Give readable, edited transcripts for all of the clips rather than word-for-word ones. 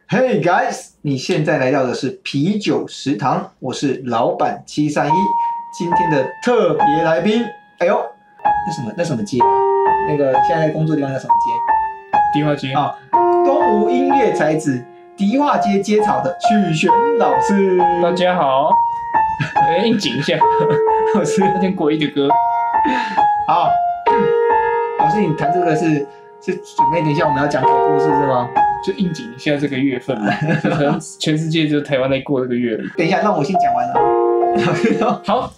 Hey guys， 你现在来到的是啤酒食堂，我是老板731，今天的特别来宾，哎呦，那什么街啊？那个现在在工作的地方叫什么街？ 迪化街啊，东吴音乐才子迪化街街草的曲璇老师。 大家好，应景一下， 老师那天诡异的歌。 好，老师，你谈这个是准备等一下我们要讲鬼故事是吗？ 就应景一下这个月份嘛，就可能全世界就台湾在过这个月。 等一下，让我先讲完了。 好。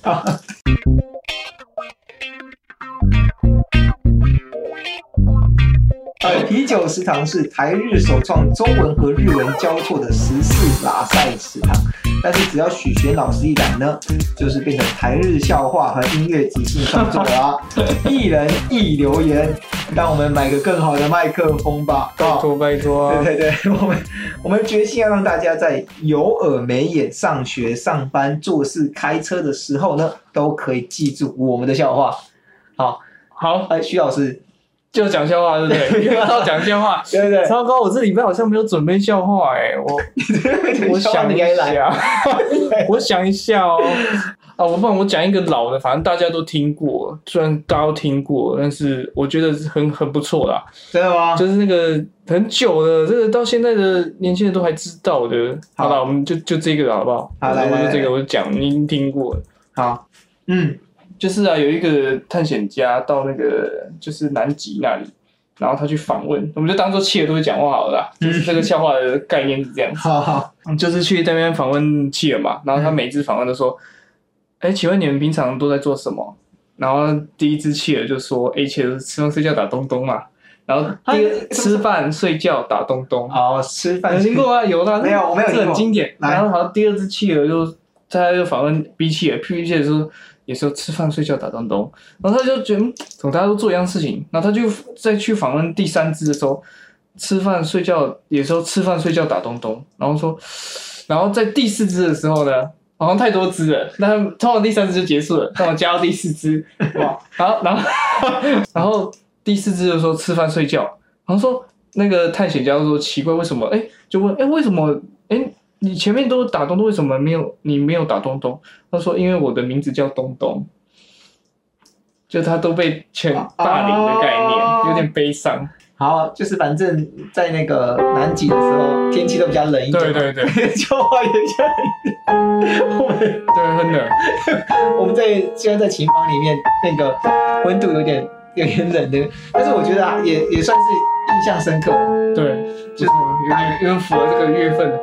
啤酒食堂是台日首创中文和日文交错的14拉塞食堂，但是只要许璇老师一来呢，就是变成台日笑话和音乐即兴创作了啊！一人一留言，让我们买个更好的麦克风吧！ 拜托。 对，我们决心要让大家在有耳没眼、上学、上班、做事、开车的时候呢，都可以记住我们的笑话。好，徐老师。 就讲笑话，对不对？要讲笑话， 对。 糟糕，我这礼拜好像没有准备笑话我想一下，我想一下哦。我讲一个老的，反正大家都听过，虽然大家都听过，但是我觉得很不错啦。 真的吗？ 就是那个很久的，这个到现在的年轻人都还知道的。好了，我们就这个好不好？ 好，来， 就这个，我就讲，你已经听过了。 好， 就是啊，有一个探险家到那个就是南极那里，然后他去访问，我们就当做企鹅都会讲话好了啦。就是这个笑话的概念是这样子。 好， 就是去那边访问企鹅嘛，然后他每次访问都说，请问你们平常都在做什么？然后第一只企鹅就说，企鹅吃饭睡觉打东东嘛。然后第二吃饭睡觉打东东。 好，吃饭有听过吗？有啦， 没有，我没有听过， 这很经典。然后好像第二只企鹅他就访问 B 企鹅 ，B 企鹅说。有时候吃饭睡觉打东东，然后他就觉得怎么大家都做一样事情，然后他就再去访问第三只的时候，吃饭睡觉，有时候吃饭睡觉打东东，然后在第四只的时候呢，好像太多只了，那通常第三只就结束了，那我加到第四只，哇，然后第四只就说吃饭睡觉，然后说那个探险家就说奇怪为什么，就问为什么你前面都打东东，为什么你没有打东东？他说因为我的名字叫东东，就他都被全霸凌的概念，有点悲伤。 好，就是反正在那个南极的时候，天气都比较冷一点。 对， 笑话也比较冷一点。 对，很冷。 我们现在在琴房里面，那个温度有点冷的，但是我觉得也算是印象深刻。 对，就是有点符合这个月份。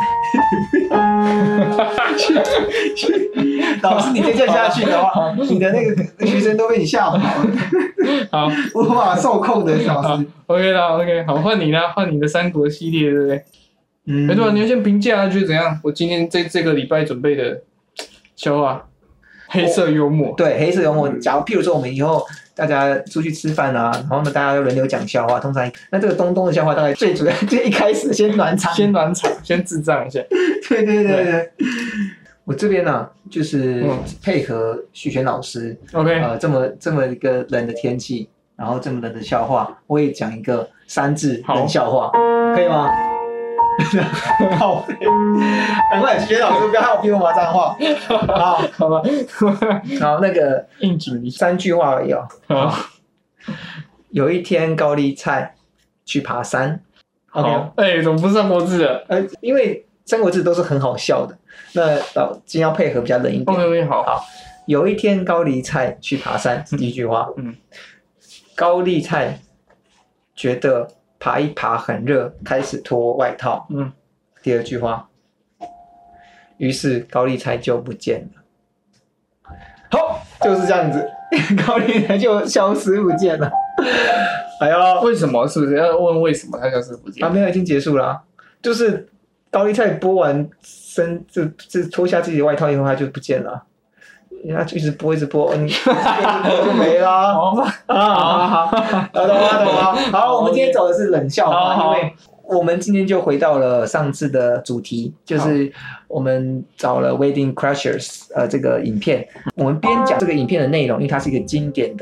老师，你再这样下去的话，你的那个学生都被你吓跑了。 好， 无法受控的老师。 OK 啦 ，OK， 好，换你啦，换你的三国系列，对不对？对吧？你要先评价，觉得怎样？我今天这个礼拜准备的笑话，黑色幽默。 对，黑色幽默。假如譬如说我们以后大家出去吃饭啊，然后呢大家轮流讲笑话，通常那这个东东的笑话大概最主要就一开始先暖场， 先智障一下。 对。我这边呢，就是配合许璇老师 ，OK， 这么一个冷的天气，然后这么冷的笑话，我也讲一个3字冷笑话，可以吗？好，难怪许璇老师不要害我逼我骂脏话。 好吧， 好，那个应景 3句话而已哦。有一天高丽菜去爬山。 好，怎么不是三国志了？ 因为三国志都是很好笑的。那今天要配合比较冷一点。 OK， 好。 有一天高丽菜去爬山，第一句话。高丽菜觉得爬一爬很热，开始脱外套。第二句话。于是高丽菜就不见了。好，就是这样子，高丽菜就消失不见了。 为什么？是不是要问为什么它消失不见？ 没有，已经结束了。就是高丽菜剥完就脱下自己的外套以后，它就不见了。它就一直剥，你就没了。好，懂了。好，我们今天走的是冷笑话，因为我们今天就回到了上次的主题，就是我们找了 Wedding Crashers 这个影片，我们边讲这个影片的内容，因为它是一个经典的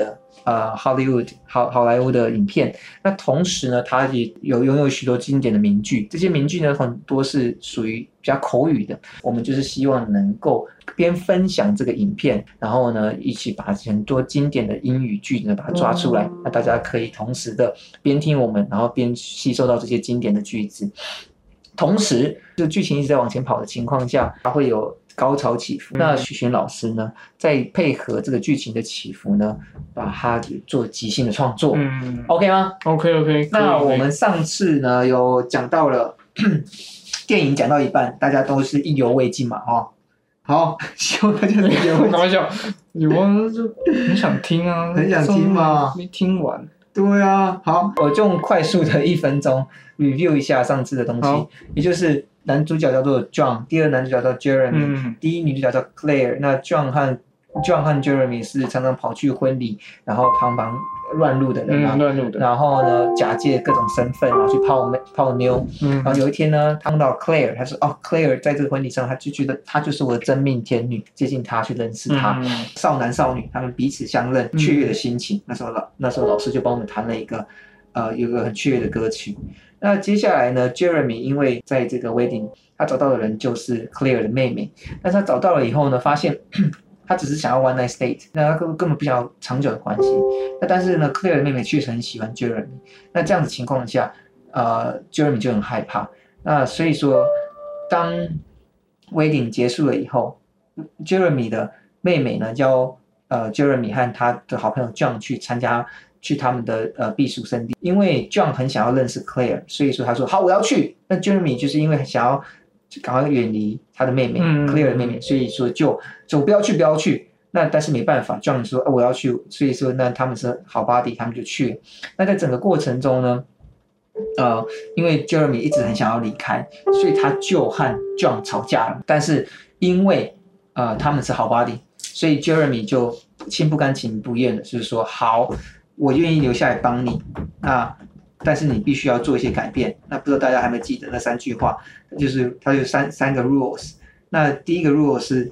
Hollywood 好莱坞的影片。那同时呢，他也拥有许多经典的名句，这些名句呢很多是属于比较口语的。我们就是希望能够边分享这个影片，然后呢一起把很多经典的英语句呢把它抓出来，那大家可以同时的边听我们，然后边吸收到这些经典的句子。同时，就剧情一直在往前跑的情况下，它会有高潮起伏。那许玄老师呢，在配合这个剧情的起伏呢，把它做即兴的创作。OK 吗 ？OK。 那我们上次呢有讲到了电影讲到一半，大家都是意犹未尽嘛，好，希望大家意犹未尽。 开玩笑，我就很想听啊， 很想听嘛， 没听完。 对啊，好，我就用快速的1分钟 review 一下上次的东西，也就是男主角叫做 John， 第二男主角叫 Jeremy，第一女主角叫 Claire。那 John 和 Jeremy 是常常跑去婚礼，然后旁乱入的人嘛，然后呢假借各种身份，然后去泡妞。然后有一天呢，他碰到 Claire， 他说Claire 在这个婚礼上，他就觉得她就是我的真命天女，接近她去认识她。少男少女他们彼此相认，雀跃的心情。那时候老师就帮我们弹了一个有个很雀跃的歌曲。那接下来呢 ，Jeremy 因为在这个 wedding， 他找到的人就是 Claire 的妹妹。但是他找到了以后呢，发现他只是想要 one night stay， 那他根本不想要长久的关系。那但是呢 ，Claire 的妹妹确实很喜欢 Jeremy。那这样子情况下，Jeremy 就很害怕。那所以说，当 wedding 结束了以后 ，Jeremy 的妹妹呢叫Jeremy 和他的好朋友 John 去他们的避暑胜地，因为 John 很想要认识 Claire， 所以说他说好我要去。那 Jeremy 就是因为想要赶快远离他的妹妹Claire 的妹妹，所以说就不要去。那但是没办法 ，John 说我要去，所以说那他们是好 buddy， 他们就去了。那在整个过程中呢，因为 Jeremy 一直很想要离开，所以他就和 John 吵架了。但是因为他们是好 buddy， 所以 Jeremy 就心不甘情不愿的，就是说好，我愿意留下来帮你。但是你必须要做一些改变。那不知道大家还没记得那3句话，它有三个 rules。那第一个 rule 是，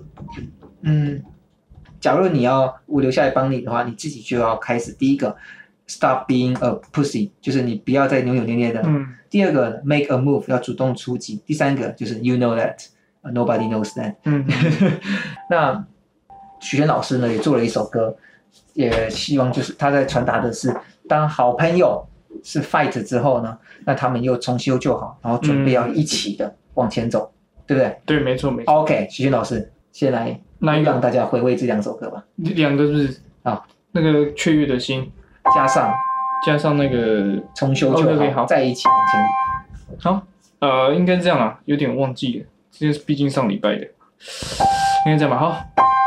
假如我留下来帮你的话，你自己就要开始第一个 stop being a pussy， 就是你不要再扭扭捏捏的。第二个 make a move， 要主动出击。第三个就是 you know that nobody knows that。那许玄老师呢也做了一首歌，也希望就是他在传达的是，当好朋友是 fight 之后呢，那他们又重修旧好，然后准备要一起的往前走，对不对？ 对，没错。 OK， 许玄老师先来让大家回味这2首歌吧。 2个是不是？好，那个雀跃的心，加上那个重修旧好，在一起往前。 好，应该这样啦，有点忘记了，这是毕竟上礼拜的，应该这样吧。好。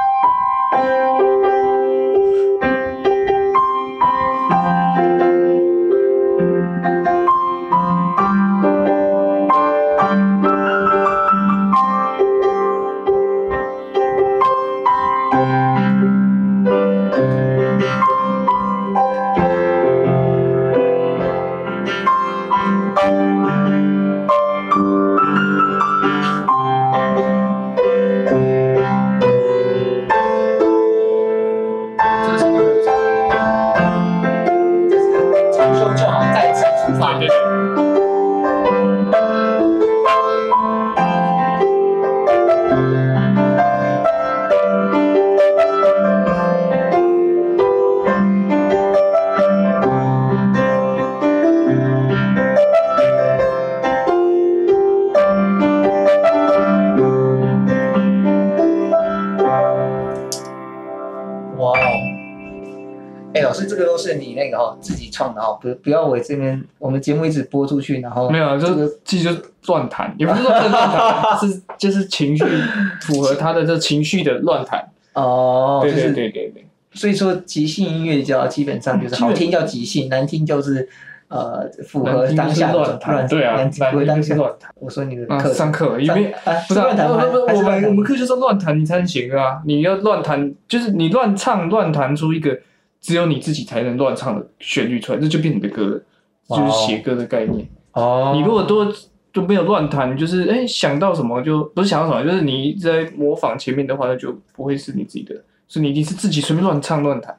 老师，这个都是你那个自己创的不要我们节目一直播出去，然后没有，其实就乱弹，也不是说乱弹，就是情绪符合他的这情绪的乱弹。对。 所以说即兴音乐基本上就是好听叫即兴，难听就是符合当下的乱弹。对啊， 符合当下乱弹。我说你的课上课因为不是乱弹， 我们课就是乱弹，你才能写歌啊！你要乱弹，就是你乱唱乱弹出一个只有你自己才能乱唱的旋律出来，这就变你的歌了，就是写歌的概念。你如果都没有乱弹，就是想到什么就不是想到什么，就是你一直在模仿前面的话，那就不会是你自己的，所以你一定是自己随便乱唱乱弹，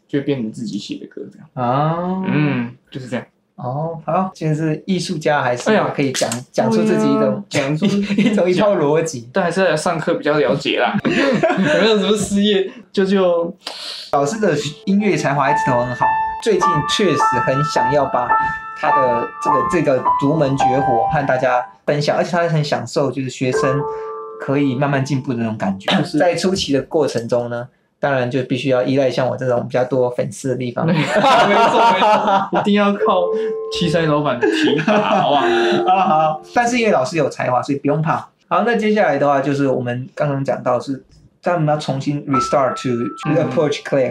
就会变成自己写的歌这样。 啊， 就是这样。 哦，好，现在是艺术家还是可以讲出自己讲出一套逻辑， 但还是要来上课比较了解啦。有没有什么失业？就老师的音乐才华一直都很好，最近确实很想要把他的这个独门绝活和大家分享，而且他很享受就是学生可以慢慢进步的那种感觉。在初期的过程中呢，当然就必须要依赖像我这种比较多粉丝的地方。 没错，一定要靠七塞老板的提拔，好不好？ 好，但是因为老师有才华，所以不用怕。好，那接下来的话就是我们刚刚讲到是他们要重新 restart to approach Claire，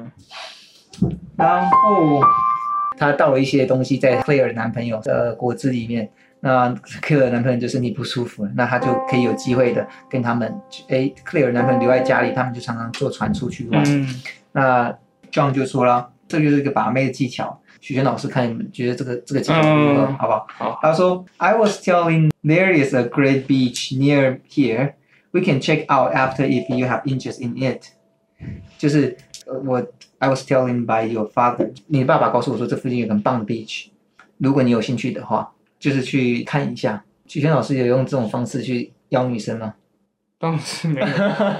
然后他倒了一些东西在 Claire 男朋友的果汁里面。那 Claire 男朋友就身体不舒服了，那他就可以有机会的跟他们，Claire 男朋友留在家里，他们就常常坐船出去玩。那 John 就说了，这就是一个把妹的技巧。许轩老师看你们觉得这个技巧如何，好不好？好。他说 ，I was telling there is a great beach near here. We can check out after if you have interest in it. 就是I was telling by your father. 你爸爸告诉我说这附近有个很棒的 beach， 如果你有兴趣的话。就是去看一下。许轩老师有用这种方式去邀女生吗？ 当然是没有，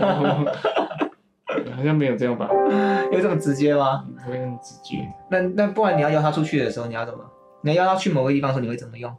好像没有这样吧？ 有这么直接吗？ 不会那么直接。 那不然你要邀她出去的时候，你要怎么？你要邀她去某个地方的时候，你会怎么用？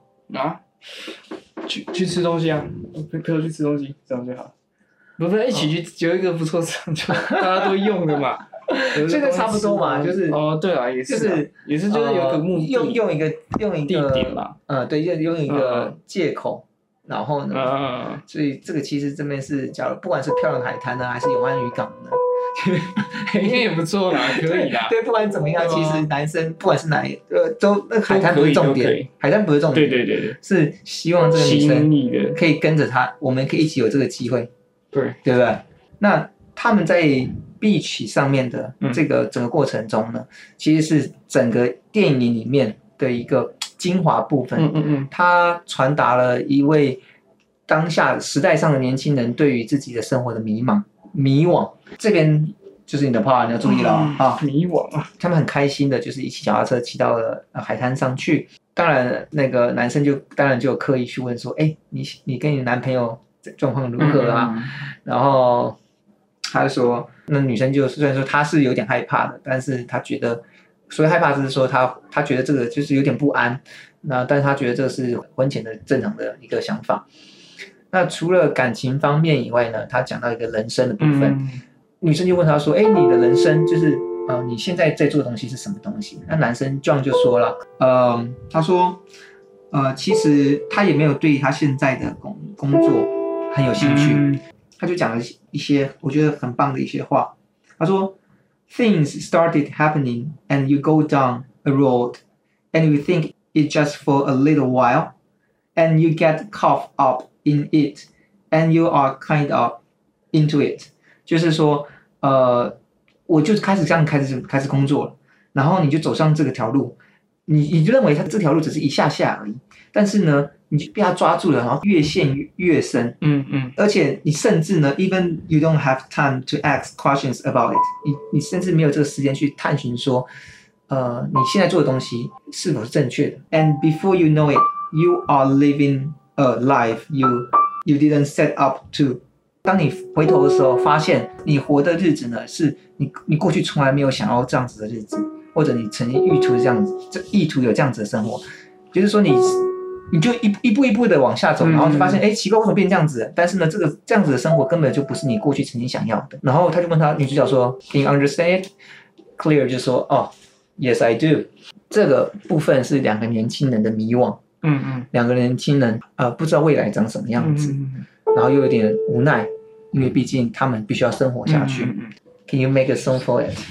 去吃东西啊，陪我去吃东西，这样就好。不是一起去有一个不错，这样就大家都用的嘛。 这个差不多嘛，就是对啊，也是就是有一个目的， 用一个地点嘛， 对，用一个借口，然后呢，所以这个其实这边是，假如不管是漂亮海滩呢，还是永安渔港呢， 应该也不错啦，可以啦。 对，不管怎么样，其实男生不管是哪都那海滩不是重点，海滩不是重点， 对， 是希望这个女生可以跟着他，我们可以一起有这个机会，对不对？那他们在beach 上面的这个整个过程中呢，其实是整个电影里面的一个精华部分。它传达了一位当下时代上的年轻人对于自己的生活的迷惘。这边就是你的 part， 你要注意了啊！ 迷惘啊！ 他们很开心的，就是一起脚踏车骑到了海滩上去。当然，那个男生当然就有刻意去问说：“你跟你男朋友状况如何啊？”然后他就说，那女生就虽然说她是有点害怕的，但是她觉得，所以害怕只是说她觉得这个就是有点不安，但是她觉得这是婚前的正常的一个想法。那除了感情方面以外呢，她讲到一个人生的部分，女生就问他说：“你的人生就是你现在在做的东西是什么东西？”那男生 John 就说了，他说，其实他也没有对他现在的工作很有兴趣。他就讲了一些我觉得很棒的一些话。他说 ，Things started happening and you go down a road and you think it just for a little while and you get caught up in it and you are kind of into it。就是说，我就开始工作了，然后你就走上这个条路，你就认为它这条路只是一下下而已，但是呢，你就被它抓住了，然后越陷越深。而且你甚至呢 ，even you don't have time to ask questions about it， 你甚至没有这个时间去探寻说，你现在做的东西是否是正确的。And before you know it, you are living a life you didn't set up to。当你回头的时候，发现你活的日子呢，是你过去从来没有想要这样子的日子，或者你曾经意图有这样子的生活，就是说你就一步一步的往下走，然后就发现，奇怪，为什么变这样子？但是呢，这样子的生活根本就不是你过去曾经想要的。然后他就问女主角说 ，Can you understand it? Claire 就说，Yes, I do。这个部分是两个年轻人的迷惘，两个年轻人不知道未来长什么样子。然后又有点无奈，因为毕竟他们必须要生活下去。Can you make a song for it?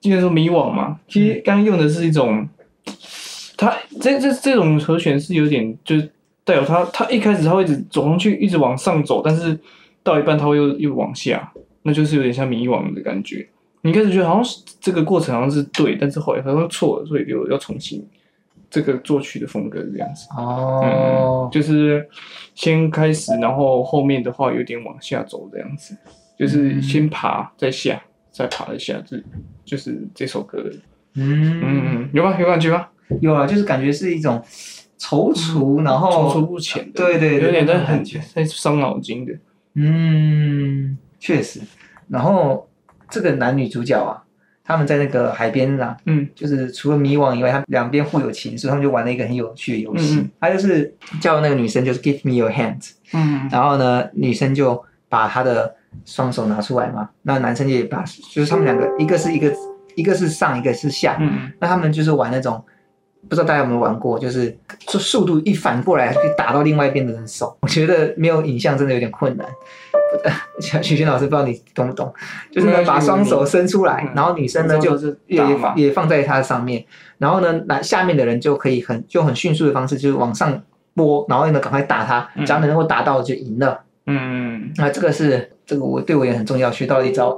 今天说迷惘嘛，其实刚刚用的是一种，它这种和弦是有点就是带有它一开始它会一直走上去，一直往上走，但是到一半它会又往下，那就是有点像迷惘的感觉。你一开始觉得好像是这个过程好像是对，但是后来好像错了，所以就要重新这个作曲的风格这样子。就是先开始，然后后面的话有点往下走这样子，就是先爬再下，再爬再下，就是这首歌。有吗？有感觉吗？ 有啊，就是感觉是一种踌躇，然后踌躇不前的， 对， 有点在伤脑筋的。 确实。然后这个男女主角啊，他们在那个海边啊，就是除了迷惘以外，他们两边互有情愫，他们就玩了一个很有趣的游戏。他就是叫那个女生就是 Give me your hand，然后呢，女生就把她的双手拿出来嘛，那男生也把，就是他们两个一个是上，一个是下，那他们就是玩那种。不知道大家有没有玩过，就是速度一反过来，可以打到另外一边的人手。我觉得没有影像真的有点困难。许轩老师不知道你懂不懂？就是呢，把双手伸出来，然后女生呢就也放在它上面，然后呢，下面的人就可以很迅速的方式，就是往上拨，然后呢赶快打他，只要能够打到就赢了。那这个对我也很重要，学到了一招。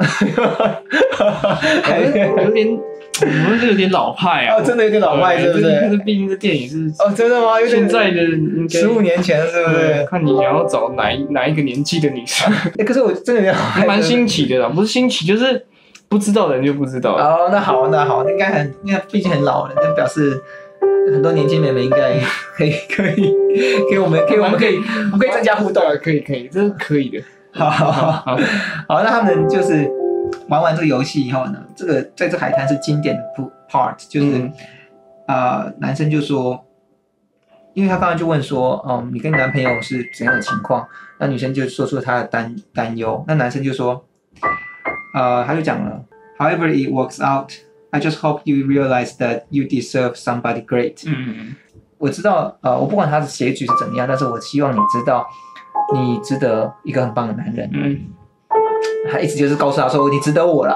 有点。我们有点老派啊！ 真的有点老派，是不是？ 毕竟这电影是真的吗？ 现在的 15年前，是不是？ 看你想要找哪一个年纪的女生。 可是我真的有点老派， 蛮新奇的啦，不是新奇，就是不知道的人就不知道。 那好，应该毕竟很老了，就表示很多年轻妹妹应该可以，我们可以增加互动， 可以，这是可以的。 好，那他们就是玩完这个游戏以后呢，在这海滩是经典的 part， 就是男生就说，因为他刚刚就问说，你跟你男朋友是怎样的情况？那女生就说出了她的担忧，那男生就说，他就讲了 ，However it works out, I just hope you realize that you deserve somebody great。我知道，我不管他的结局是怎么样，但是我希望你知道，你值得一个很棒的男人。他一直就是告诉他说，你值得我了，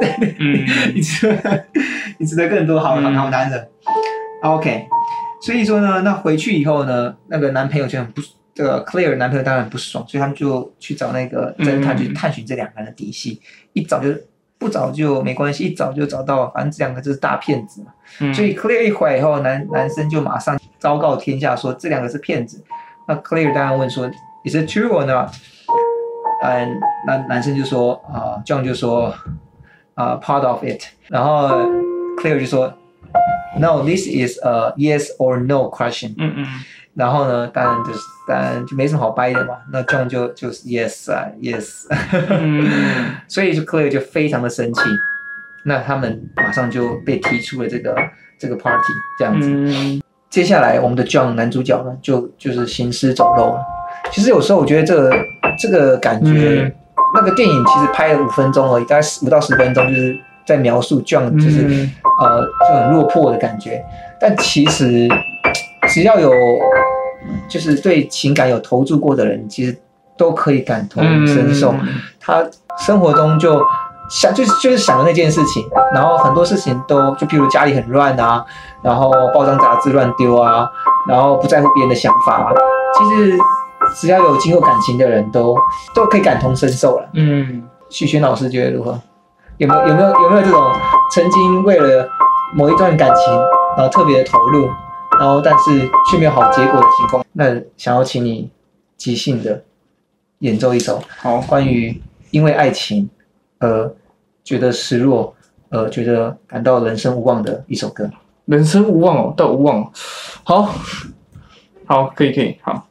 你值得更多好男人。OK， 所以说呢，那回去以后呢，那个男朋友就很这个 Claire 男朋友当然很不爽，所以他们就去找那个侦探去探寻这两个人的底细。不找就没关系，一找就找到，反正这两个就是大骗子嘛。所以 Claire 一回来以后，男生就马上昭告天下说这两个是骗子。那 Claire 当然问说 ，Is it true or not？那男生就说John 就说part of it， 然后 Claire 就说 No, this is a yes or no question。然后呢，当然就没什么好掰的嘛。那 John 就是 yes 啊 yes， 所以就 Claire 就非常的生气。那他们马上就被踢出了这个 party 这样子。接下来我们的 John 男主角呢，就是行尸走肉了。其实有时候我觉得这个感觉，那个电影其实拍了5分钟而已，大概5到10分钟，就是在描述 John 就是就很落魄的感觉。但其实只要有就是对情感有投注过的人，其实都可以感同身受。他生活中就是想的那件事情，然后很多事情就譬如家里很乱啊，然后报章杂志乱丢啊，然后不在乎别人的想法啊，其实只要有经过感情的人都可以感同身受了。许轩老师觉得如何？有没有这种曾经为了某一段感情，然后特别的投入，然后但是却没有好结果的情况？那想要请你即兴的演奏一首关于因为爱情而觉得失落，觉得感到人生无望的一首歌。 人生无望到无望好，可以，好。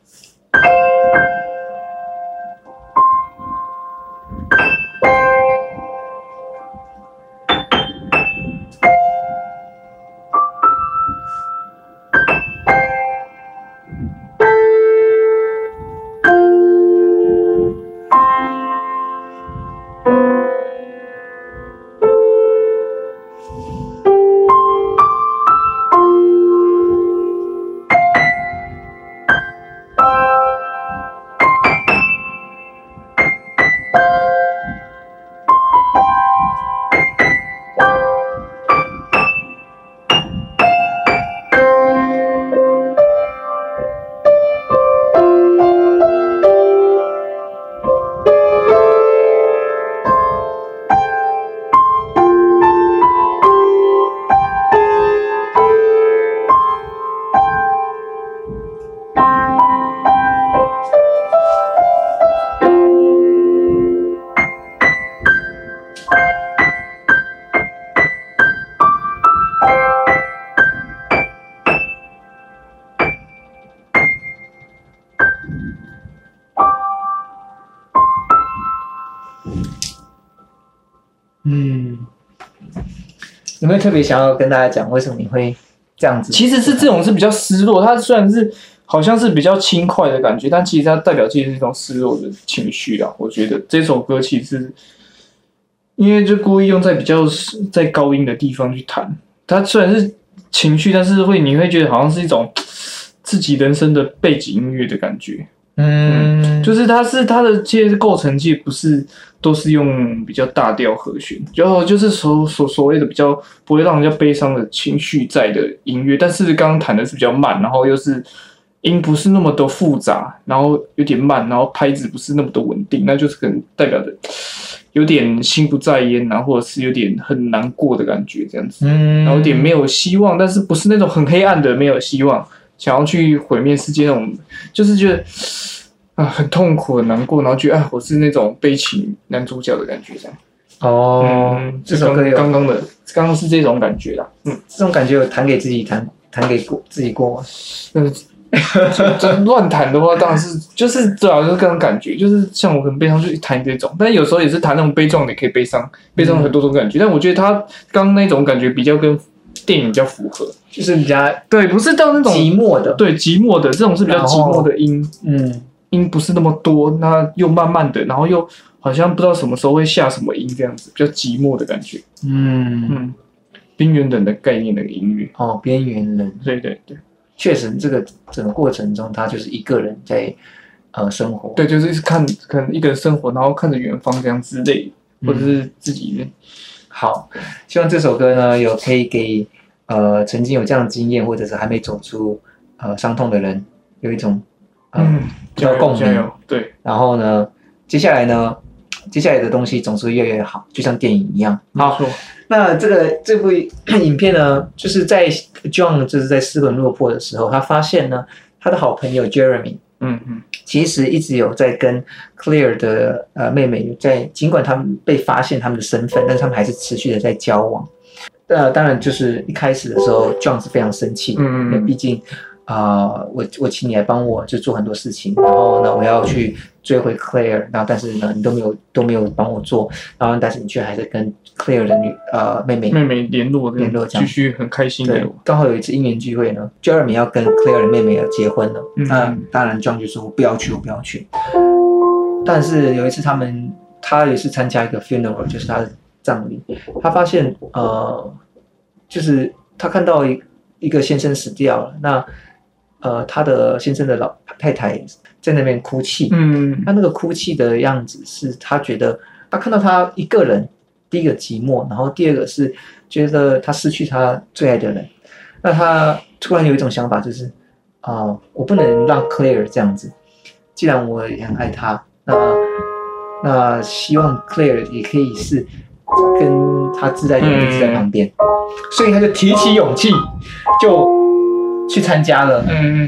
有没有特别想要跟大家讲，为什么你会这样子？ 其实是这种是比较失落，它虽然是好像是比较轻快的感觉，但其实它代表其实是一种失落的情绪啦。我觉得这首歌其实因为就故意用在比较在高音的地方去弹，它虽然是情绪，但是你会觉得好像是一种自己人生的背景音乐的感觉。就是它的这些构成，其实不是都是用比较大调和弦，就是所谓的比较不会让人家悲伤的情绪在的音乐，但是刚刚弹的是比较慢，然后又是音不是那么的复杂，然后有点慢，然后拍子不是那么的稳定，那就是可能代表的有点心不在焉啊，或者是有点很难过的感觉这样子，然后有点没有希望，但是不是那种很黑暗的没有希望，想要去毁灭世界那种，就是觉得很痛苦很难过，然后觉得我是那种悲情男主角的感觉这样。这首歌刚刚是这种感觉啦。 这种感觉有弹给自己弹给自己过吗？ 真乱弹的话，当然是就是对啊，就是各种感觉，就是像我可能悲伤就弹这种，但有时候也是弹那种悲壮的，也可以悲伤很多种感觉。但我觉得他刚刚那种感觉比较跟电影比较符合， 就是比较对，不是到那种寂寞的， 对寂寞的这种是比较寂寞的音，音不是那么多，那又慢慢的，然后又好像不知道什么时候会下什么音这样子，比较寂寞的感觉。边缘人的概念那个音乐。 边缘人， 对对对， 确实这个整个过程中，他就是一个人在生活。 对，就是可能一个人生活，然后看着远方这样之类，或者是自己。好， 希望这首歌呢可以给曾经有这样的经验，或者是还没走出伤痛的人有一种共鸣。 对， 然后呢，接下来的东西总是会越来越好，就像电影一样。好，那这部影片呢，就是在 John 就是在失魂落魄的时候，他发现呢，他的好朋友 Jeremy，其实一直有在跟 Claire 的妹妹尽管他们被发现他们的身份，但是他们还是持续的在交往。当然就是一开始的时候 ，John 是非常生气，因为毕竟我请你来帮我就做很多事情，然后呢，我要去追回 Claire， 然后但是呢，你都没有帮我做，然后但是你却还在跟 Claire 的妹妹联络这样，继续很开心的。 刚好有一次因缘聚会呢 ，Jeremy 要跟 Claire 的妹妹要结婚了，那当然 John 就说我不要去。但是有一次他也是参加一个 funeral， 就是他的葬礼，他发现就是他看到一个先生死掉了，那他的先生的老太太在那边哭泣，他那个哭泣的样子是他觉得他看到他一个人，第一个寂寞，然后第二个是觉得他失去他最爱的人，那他突然有一种想法，就是我不能让 Claire 这样子，既然我也很爱他，那希望 Claire 也可以是跟他自在的人一直在旁边，所以他就提起勇气，就去参加了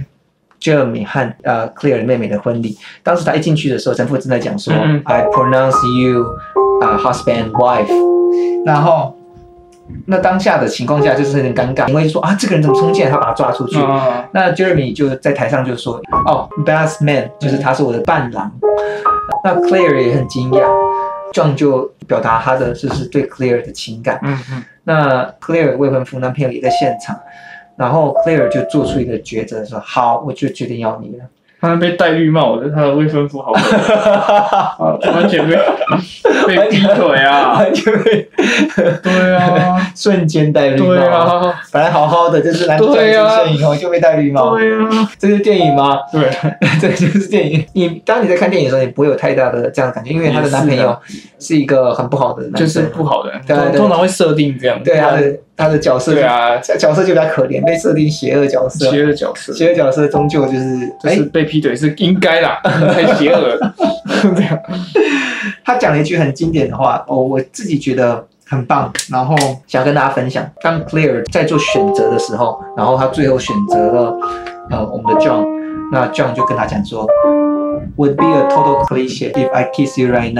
Jeremy 和Claire 妹妹的婚礼。当时他一进去的时候，神父正在讲说I pronounce you husband and wife， 然后那当下的情况下就是很尴尬，因为说这个人怎么冲进来，他把他抓出去。那 Jeremy 就在台上就说best man， 就是他是我的伴郎。那 Claire 也很惊讶，John 就表达他的就是对 Claire 的情感。那 Claire 未婚夫男朋友也在现场，然后 Claire 就做出一个抉择，说好，我就决定要你了。 他被戴绿帽的，他的未婚夫好可怜，完全被劈腿啊！ 完全被， 对啊， 瞬间戴绿帽。对啊，本来好好的，就是男主角出现以后就被戴绿帽。 对啊， 这是电影吗？ 对， 这就是电影。当你在看电影的时候，你不会有太大的这样的感觉，因为她的男朋友是一个很不好的男生， 就是不好的人，通常会设定这样。 对他的角色，对啊，角色就比较可怜，被设定邪恶角色。邪恶角色终究就是被劈腿是应该啦，太邪恶了。这样， 他讲了一句很经典的话，我自己觉得很棒，然后想跟大家分享。当 Claire 在做选择的时候，然后他最后选择了我们的 John， 那 John 就跟他讲说 ，Would be a total cliche if I kiss you right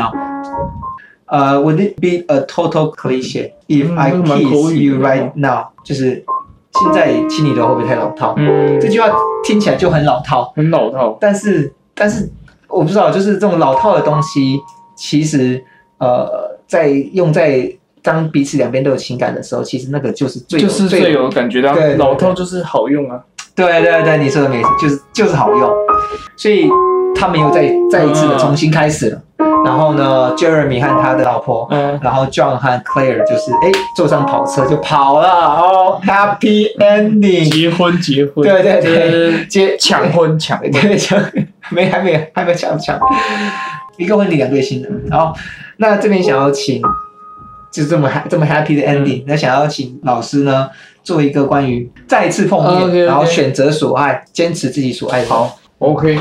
now。Would it be a total cliche if I kiss you right now？ 就是现在亲你的话会不会太老套？这句话听起来就很老套， 很老套。 但是我不知道，就是这种老套的东西，其实用在当彼此两边都有情感的时候，其实那个就是最有感觉的、啊。老套就是好用啊。 对对对，你说的没错，就是好用。所以他们又再一次的重新开始了。然后呢 ，Jeremy 和他的老婆，然后 John 和 Claire 就是坐上跑车就跑了哦 ，Happy Ending， 结婚， 对对对， 抢婚， 对还没抢，一个婚礼两对新人。然后那这边想要请，就这么 happy 的 ending，那想要请老师呢做一个关于再次碰面， okay. 然后选择所爱，坚持自己所爱的。 好 ，OK，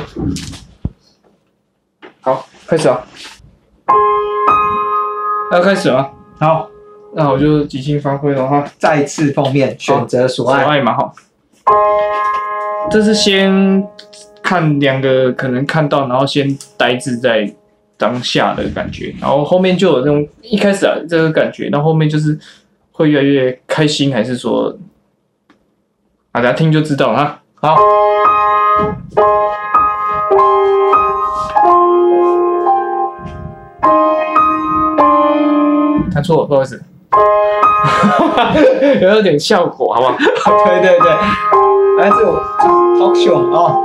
好，开始啊。要开始吗？ 好， 那我就即兴发挥了哈。 再次碰面，选择所爱嘛哈。这是先看两个可能看到，然后先呆滞在当下的感觉，然后后面就有那种一开始这个感觉，然后后面就是会越来越开心，还是说，大家听就知道了哈。好。弹错了，不好意思，有点效果，好不好？ 对对对，来这种 talk show 啊。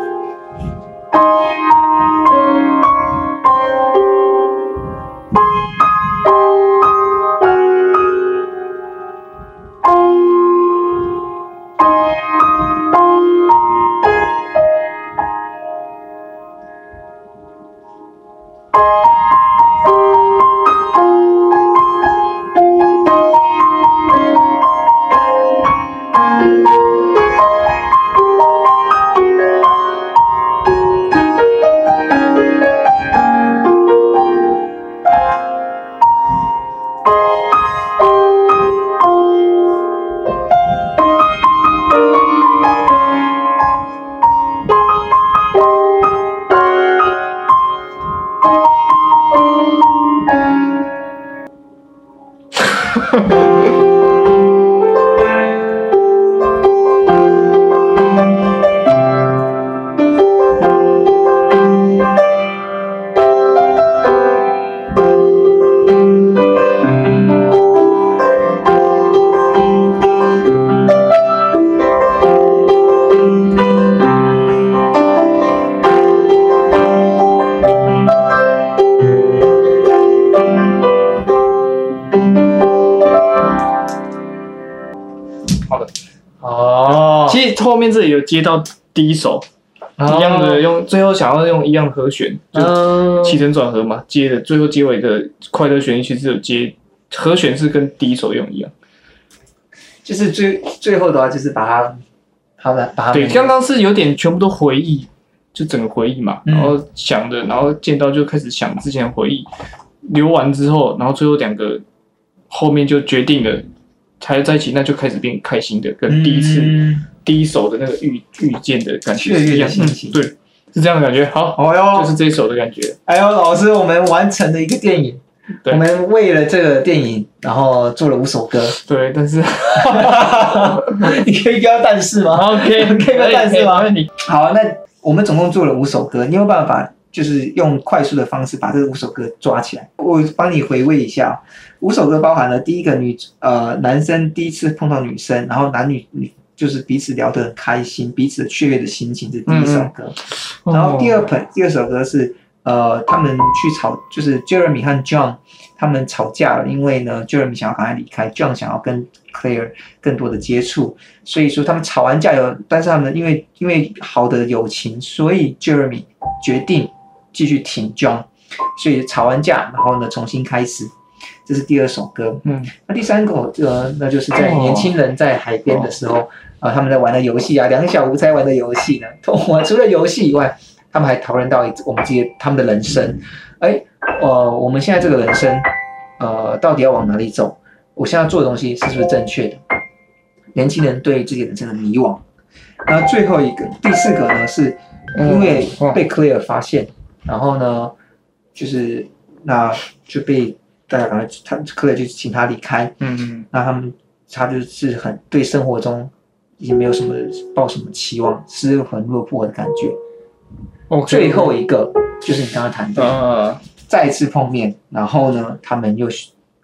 后面这里有接到第一首，一样的最后想要用一样的和弦，就起承转合嘛，接的最后结尾的快乐旋律其实有接和弦是跟第一首用一样， 就是最后的话就是把它对，刚刚是有点全部都回忆，就整个回忆嘛，然后想的，然后见到就开始想之前的回忆，留完之后，然后最后两个后面就决定了。才在一起，那就开始变开心的，跟第一次、第一首的那个遇见的感觉是一样。对，是这样的感觉。好，就是这一首的感觉。 哎呦，老师，我们完成了一个电影。我们为了这个电影，然后做了5首歌。 对，但是你可以不要但是吗 ？OK， 可以不要但是吗？好，那我们总共做了5首歌，你有办法就是用快速的方式把这5首歌抓起来？我帮你回味一下。5首歌包含了第一个男生第一次碰到女生，然后男女就是彼此聊得很开心，彼此雀跃的心情，这是第一首歌。然后第二首歌是他们去吵，就是 Jeremy 和 John 他们吵架了，因为呢 Jeremy 想要赶快离开 ，John 想要跟 Claire 更多的接触，所以说他们吵完架但是他们因为好的友情，所以 Jeremy 决定继续挺 John， 所以吵完架，然后呢重新开始。这是第2首歌，那第3个那就是在年轻人在海边的时候，他们在玩的游戏啊，2个小无猜玩的游戏呢。除了游戏以外，他们还讨论到他们的人生。我们现在这个人生，到底要往哪里走？我现在做的东西是不是正确的？年轻人对自己人生的迷惘。那最后一个，第4个呢，是因为被 Claire 发现，然后呢，就是那就被。大家赶快，Claire就请他离开。那他就是很对生活中已经没有抱什么期望，失魂落魄的感觉。最后一个就是你刚刚谈的，再次碰面，然后呢，他们又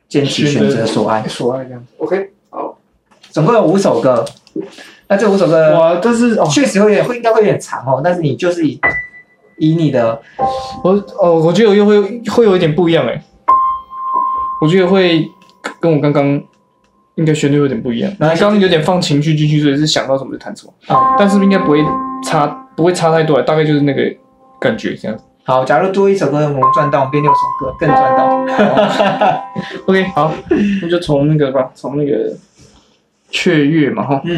坚持选择所爱。 所爱这样。OK， 好， 总共有5首歌，那这5首歌哇，但是确实应该会有点长哦，但是你就是以你的我觉得又会有一点不一样哎，我觉得会跟我刚刚应该旋律有点不一样。刚刚有点放情绪进去，所以是想到什么就弹什么。但是应该不会差太多，大概就是那个感觉这样子。 好，假如多1首歌，我们赚到，我们变6首歌，更赚到。 OK， 好，那就从那个吧，从那个雀跃嘛，哈。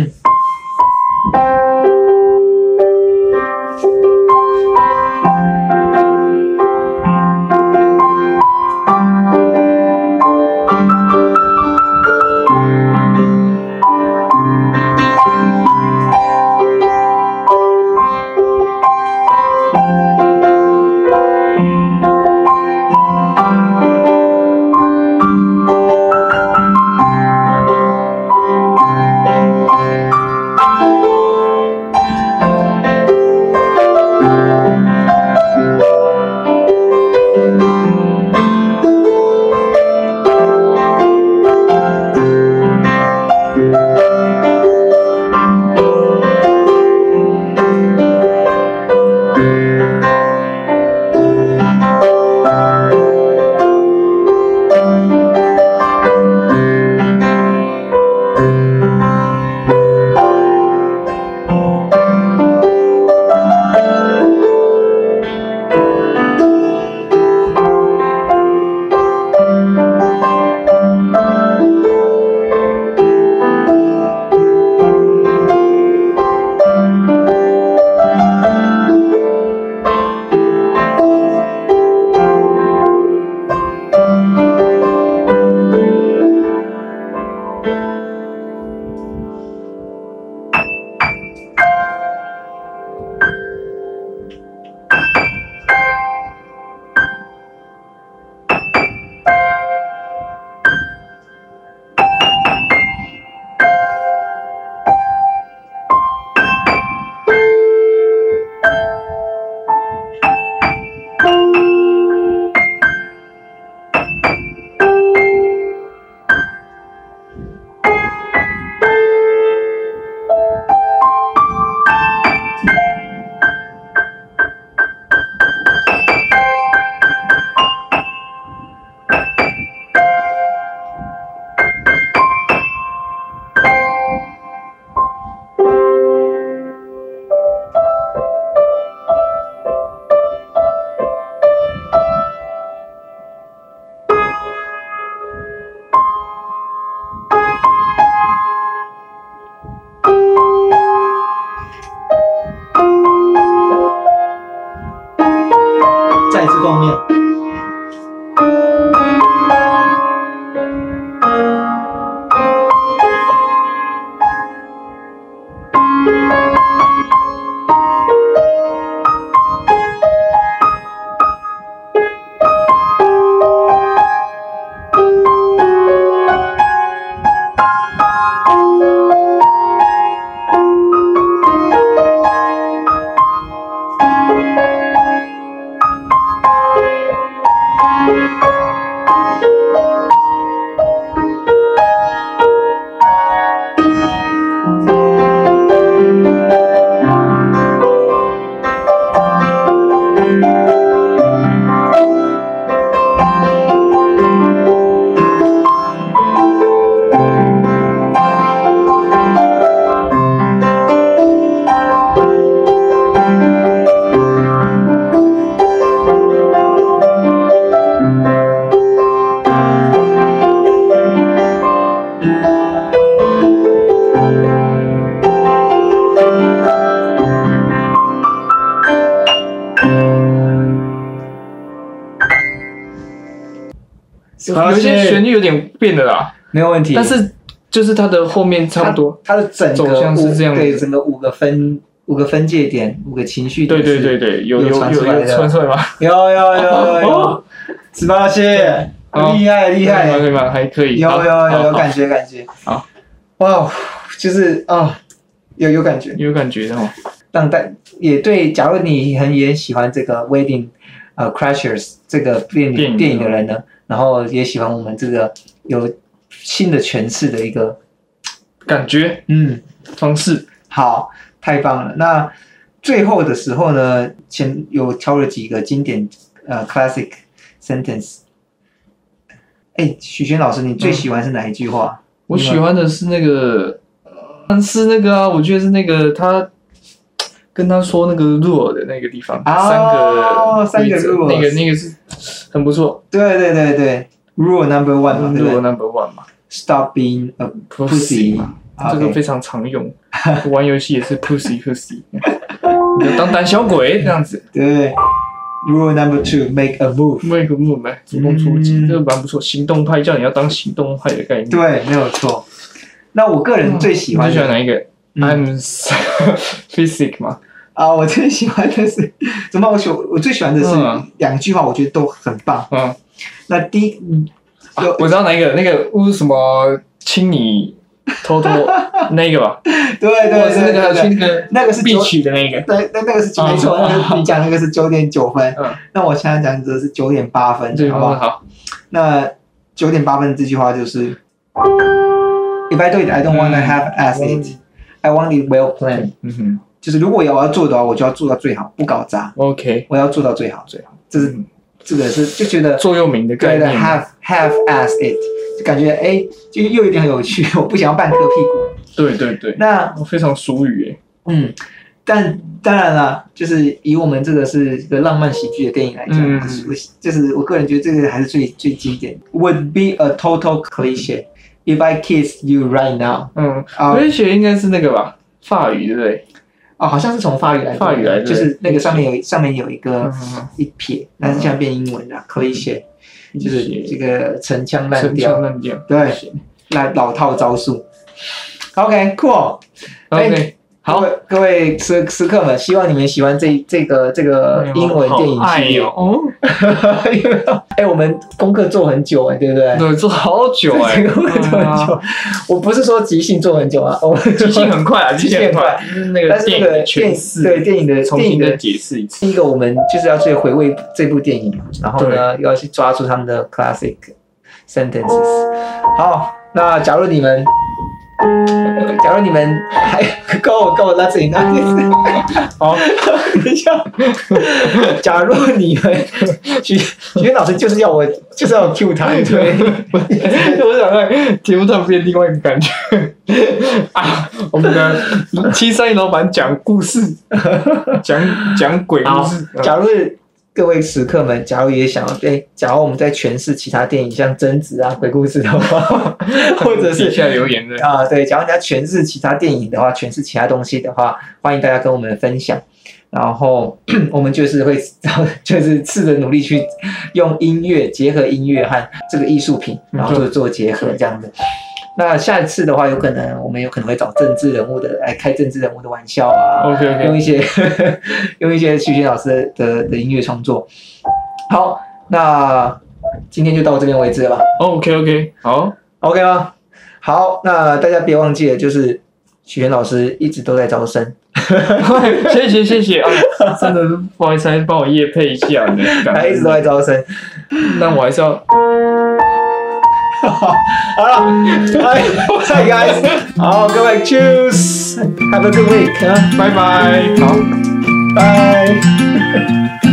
有些旋律有点变了啦， 没有问题。 但是就是它的后面差不多， 它的整个走向是这样的， 对，整个5个分界点，5个情绪点， 对，有传出来吗？ 有，18线，厉害， 吗？还可以， 有感觉。 好， 哇，就是有感觉哦。 也对，假如你也喜欢这个 Wedding Crashers 这个电影的人呢， 然后也喜欢我们这个有新的诠释的一个感觉方式。 好，太棒了。那最后的时候呢，有挑了几个经典classic sentence。许轩老师，你最喜欢是哪一句话？ 我喜欢的是那个，我觉得是那个他跟他说那个 rule 的那个地方，三个 rule， 那个是很不错。 对 ，rule number one 嘛，对不对 ？rule number one 嘛 ，Stop being a pussy 嘛， 这个非常常用。玩游戏也是 pussy， 你就当胆小鬼这样子。 对。Rule number 2 make a move， 主动出击，这个蛮不错。行动派叫你要当行动派的概念。 对，没有错。那我个人最喜欢， 你最喜欢哪一个？I'm physics 嘛。 我最喜欢的是怎么？我最喜欢的是2句话，我觉得都很棒。那第一， 我知道哪一个，那个什么亲你偷那个吧。 对，那个是必取的那个。 对，那个是没错，你讲那个是9.9分。那我现在讲的是9.8分，好不好？ 好。 那9.8分这句话就是，If I do it, I don't want to half-ass it. I want it well planned. 就是如果我要做的话，我就要做到最好，不搞砸。 OK， 我要做到最好。这个是就觉得座右铭的概念。 对的 half-ass it， 就感觉就又有点很有趣，我不想要半颗屁股。 对。 那非常俗语但当然啦，就是以我们这个是一个浪漫喜剧的电影来讲，就是我个人觉得这个还是最经典。Would be a total cliche if I kiss you right now。 cliche 应该是那个吧，法语对不对？ 好像是从法语来的，就是那个上面有一个一撇，但是现在变英文了 ，cliche 就是这个陈腔滥调，对，老套招数。OK，cool。 好， 各位食客们，希望你们喜欢这个英文电影系列。我们功课做很久对不对？ 对，做好久功课做很久。我不是说即兴做很久即兴很快即兴很快。那个电影的诠释， 对电影的重新的解释一次。 第一个，我们就是要去回味这部电影，然后呢，要去抓住他们的 classic sentences。好，那假如你们还够 that's enough。好，等一下。假如你们许愿老师就是要 cue 他，对。 我想看节目突然变另外一个感觉我们的731老板讲故事，讲鬼故事。 假如各位食客们，假如也想假如我们在诠释其他电影，像贞子鬼故事的话，或者是底下留言的对，假如你要诠释其他电影的话，诠释其他东西的话，欢迎大家跟我们分享。然后我们就是会试着努力去用音乐结合音乐和这个艺术品，然后做结合这样的。那下一次的话，我们有可能会找政治人物的来开政治人物的玩笑 OK， 用一些徐轩老师的音乐创作。好，那今天就到这边为止了吧。 OK， 好 ，OK 吗？好，那大家别忘记了，就是许愿老师一直都在招生。 谢谢真的不好意思，还是帮我业配一下呢。 他一直都在招生， 但我还是要。 好了，Hi guys， 好，各位 ，Cheers，Have a good week，拜拜，好，拜。